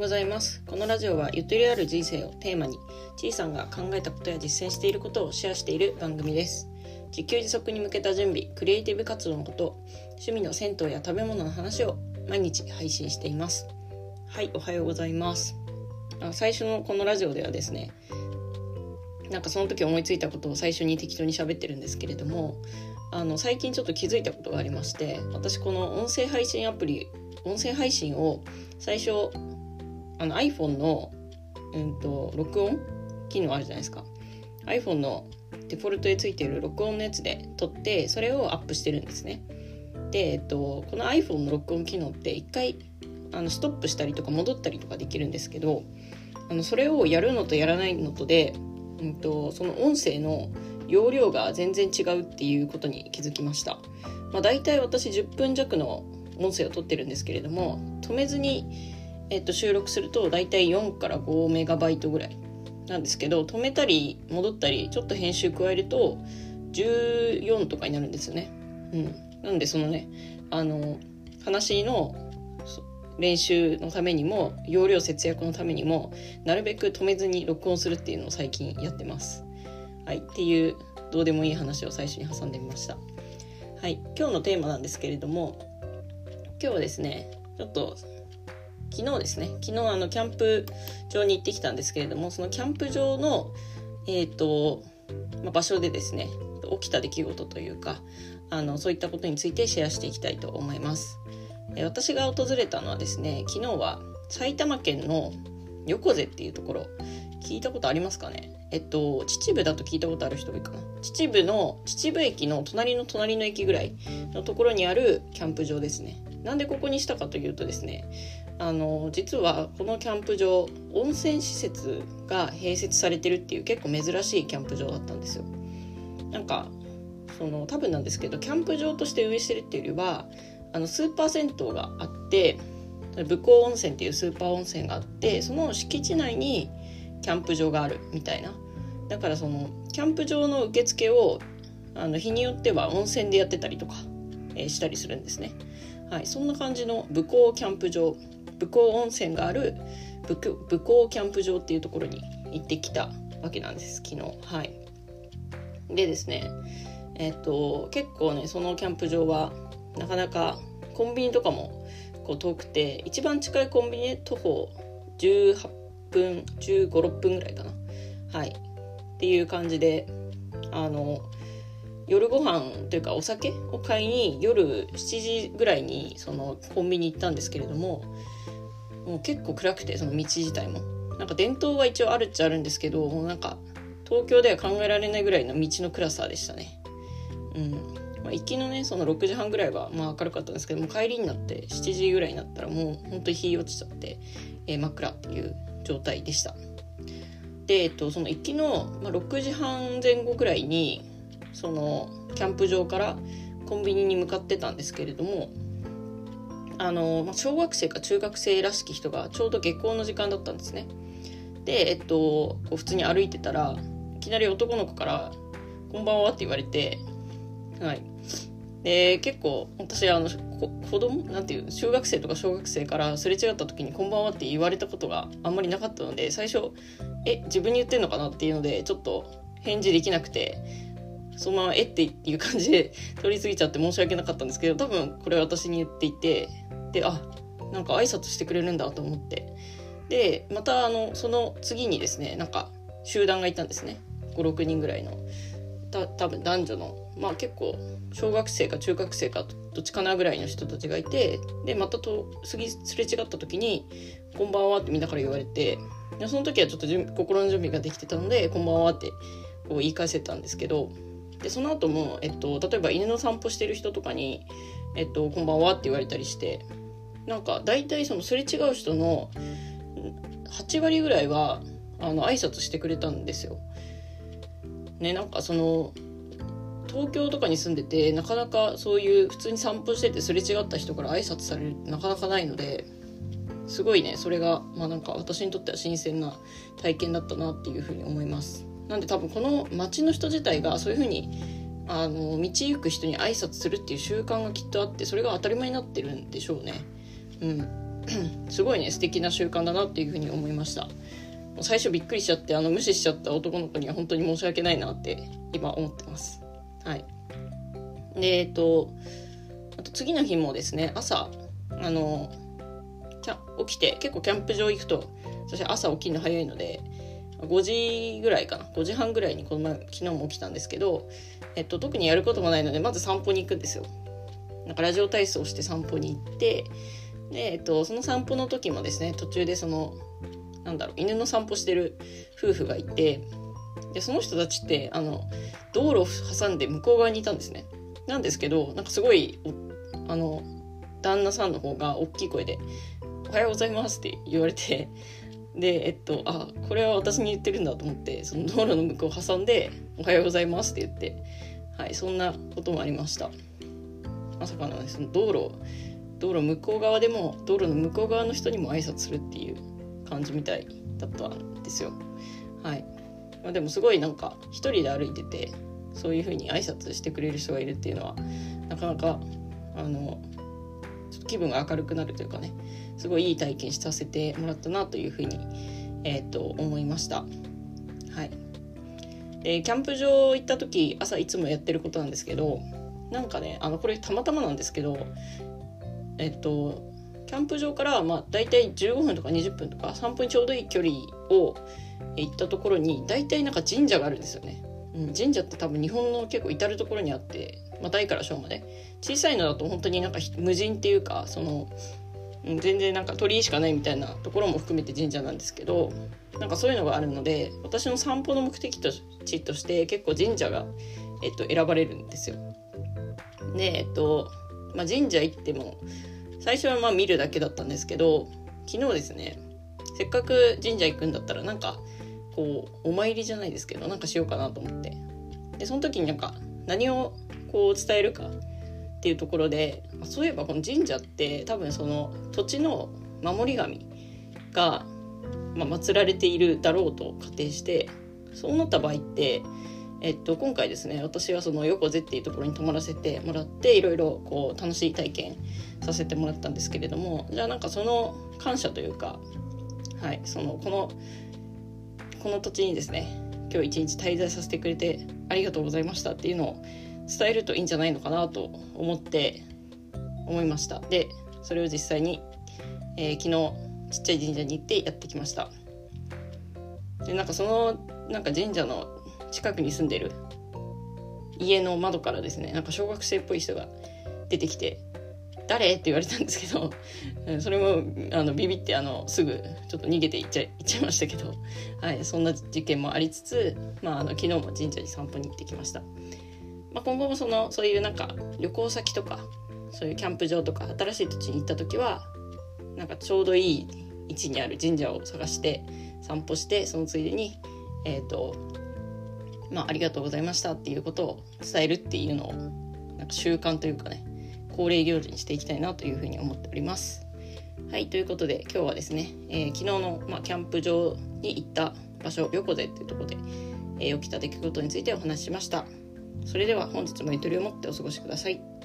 ございます。このラジオはゆとりある人生をテーマに、ちいさんが考えたことや実践していることをシェアしている番組です。自給自足に向けた準備、クリエイティブ活動のこと、趣味の銭湯や食べ物の話を毎日配信しています。はい、おはようございます。最初のこのラジオではですね、その時思いついたことを最初に適当に喋ってるんですけれども、最近ちょっと気づいたことがありまして、私この音声配信アプリ、音声配信を最初iPhone の、録音機能あるじゃないですか。 iPhone のデフォルトでついている録音のやつで撮ってそれをアップしてるんですね。で、この iPhone の録音機能って一回ストップしたりとか戻ったりとかできるんですけど、それをやるのとやらないのとで、その音声の容量が全然違うっていうことに気づきました。だいたい私10分弱の音声を撮ってるんですけれども、止めずに、収録するとだいたい4から5メガバイトぐらいなんですけど、止めたり戻ったりちょっと編集加えると14とかになるんですよね。なんでそのね、話の練習のためにも容量節約のためにもなるべく止めずに録音するっていうのを最近やってます。はい、っていうどうでもいい話を最初に挟んでみました。はい、今日のテーマなんですけれども、今日はですね、ちょっと昨日キャンプ場に行ってきたんですけれども、そのキャンプ場の場所でですね、起きた出来事というかそういったことについてシェアしていきたいと思います。私が訪れたのはですね、昨日は埼玉県の横瀬っていうところ、聞いたことありますかね。秩父だと聞いたことある人多いかな。秩父駅の隣の駅ぐらいのところにあるキャンプ場ですね。なんでここにしたかというとですね、実はこのキャンプ場、温泉施設が併設されてるっていう結構珍しいキャンプ場だったんですよ。多分なんですけど、キャンプ場として運営してるっていうよりはスーパー銭湯があって、武甲温泉っていうスーパー温泉があって、その敷地内にキャンプ場があるみたいな。だからそのキャンプ場の受付を日によっては温泉でやってたりとか、したりするんですね。はい、そんな感じの武甲キャンプ場、武甲温泉がある武甲キャンプ場っていうところに行ってきたわけなんです、昨日。はい。でですね、結構ね、そのキャンプ場はなかなかコンビニとかも遠くて、一番近いコンビニで徒歩18分15、6分ぐらいかな。はい。っていう感じで、夜ご飯というかお酒を買いに夜7時ぐらいにそのコンビニ行ったんですけれども、もう結構暗くて、その道自体も電灯は一応あるっちゃあるんですけど、もう東京では考えられないぐらいの道の暗さでしたね。行きのね、その6時半ぐらいは明るかったんですけども、帰りになって7時ぐらいになったらもう本当に日落ちちゃって、真っ暗っていう状態でした。で、その行きの、6時半前後ぐらいにそのキャンプ場からコンビニに向かってたんですけれども、小学生か中学生らしき人がちょうど下校の時間だったんですね。で、普通に歩いてたらいきなり男の子からこんばんはって言われて、はい。で、結構私子供中学生とか小学生からすれ違った時にこんばんはって言われたことがあんまりなかったので、最初自分に言ってんのかなっていうのでちょっと返事できなくて、そのままっていう感じで通り過ぎちゃって申し訳なかったんですけど、多分これ私に言っていて、で、挨拶してくれるんだと思って、でまたその次にですね、集団がいたんですね。5、6人ぐらいの多分男女の、結構小学生か中学生かどっちかなぐらいの人たちがいて、でまた次すれ違った時にこんばんはってみんなから言われて、その時はちょっと心の準備ができてたのでこんばんはってこう言い返せたんですけど、でその後も、例えば犬の散歩してる人とかに、こんばんはって言われたりして、だいたいそのすれ違う人の8割ぐらいは挨拶してくれたんですよね。東京とかに住んでて、なかなかそういう普通に散歩しててすれ違った人から挨拶されるってなかなかないので、すごいね、それが私にとっては新鮮な体験だったなっていうふうに思います。なんで多分この街の人自体がそういうふうに道行く人に挨拶するっていう習慣がきっとあって、それが当たり前になってるんでしょうね。 すごいね素敵な習慣だなっていうふうに思いました。もう最初びっくりしちゃって無視しちゃった男の子には本当に申し訳ないなって今思ってます。はい。であと次の日もですね、朝起きて、結構キャンプ場行くと私朝起きるの早いので5時ぐらいかな、5時半ぐらいに昨日も起きたんですけど、特にやることもないのでまず散歩に行くんですよ。なんかラジオ体操して散歩に行って、で、その散歩の時もですね、途中で犬の散歩してる夫婦がいて、でその人たちって道路を挟んで向こう側にいたんですね。なんですけど、なんかすごい旦那さんの方が大きい声でおはようございますって言われて、でこれは私に言ってるんだと思って、その道路の向こうを挟んでおはようございますって言って、はい、そんなこともありました。まさかのね、その道路向こう側でも道路の向こう側の人にも挨拶するっていう感じみたいだったんですよ。はい。でもすごいなんか一人で歩いててそういう風に挨拶してくれる人がいるっていうのはなかなかちょっと気分が明るくなるというかね、すごいいい体験させてもらったなという風に思いました。はい。でキャンプ場行った時朝いつもやってることなんですけど、なんかねこれたまたまなんですけどキャンプ場からだいたい15分とか20分とか散歩にちょうどいい距離を行ったところにだいたいなんか神社があるんですよね。神社って多分日本の結構至るところにあって、大から小まで小さいのだと本当になんか無人っていうか全然なんか鳥居しかないみたいなところも含めて神社なんですけど、なんかそういうのがあるので私の散歩の目的地として結構神社が、選ばれるんですよ。で神社行っても最初は見るだけだったんですけど、昨日ですね、せっかく神社行くんだったらなんかこうお参りじゃないですけどなんかしようかなと思って、でその時になんか何をこう伝えるかっていうところで、そういえばこの神社って多分その土地の守り神が、祀られているだろうと仮定して、そうなった場合って今回ですね、私はその横瀬っていうところに泊まらせてもらっていろいろこう楽しい体験させてもらったんですけれども、じゃあなんかその感謝というか、はい、この土地にですね今日一日滞在させてくれてありがとうございましたっていうのを伝えるといいんじゃないのかなと思いました。でそれを実際に、昨日ちっちゃい神社に行ってやってきました。でなんかなんか神社の近くに住んでる家の窓からですね、なんか小学生っぽい人が出てきて誰って言われたんですけど、それもビビってすぐちょっと逃げていっちゃいましたけど、はい、そんな事件もありつつ、昨日も神社に散歩に行ってきました。今後もそういうなんか旅行先とかそういうキャンプ場とか新しい土地に行った時はなんかちょうどいい位置にある神社を探して散歩して、そのついでにありがとうございましたっていうことを伝えるっていうのをなんか習慣というかね、恒例行事にしていきたいなというふうに思っております。はい、ということで今日はですね、昨日の、キャンプ場に行った場所横瀬っていうところで、起きた出来事についてお話ししました。それでは本日もゆとりを持ってお過ごしください。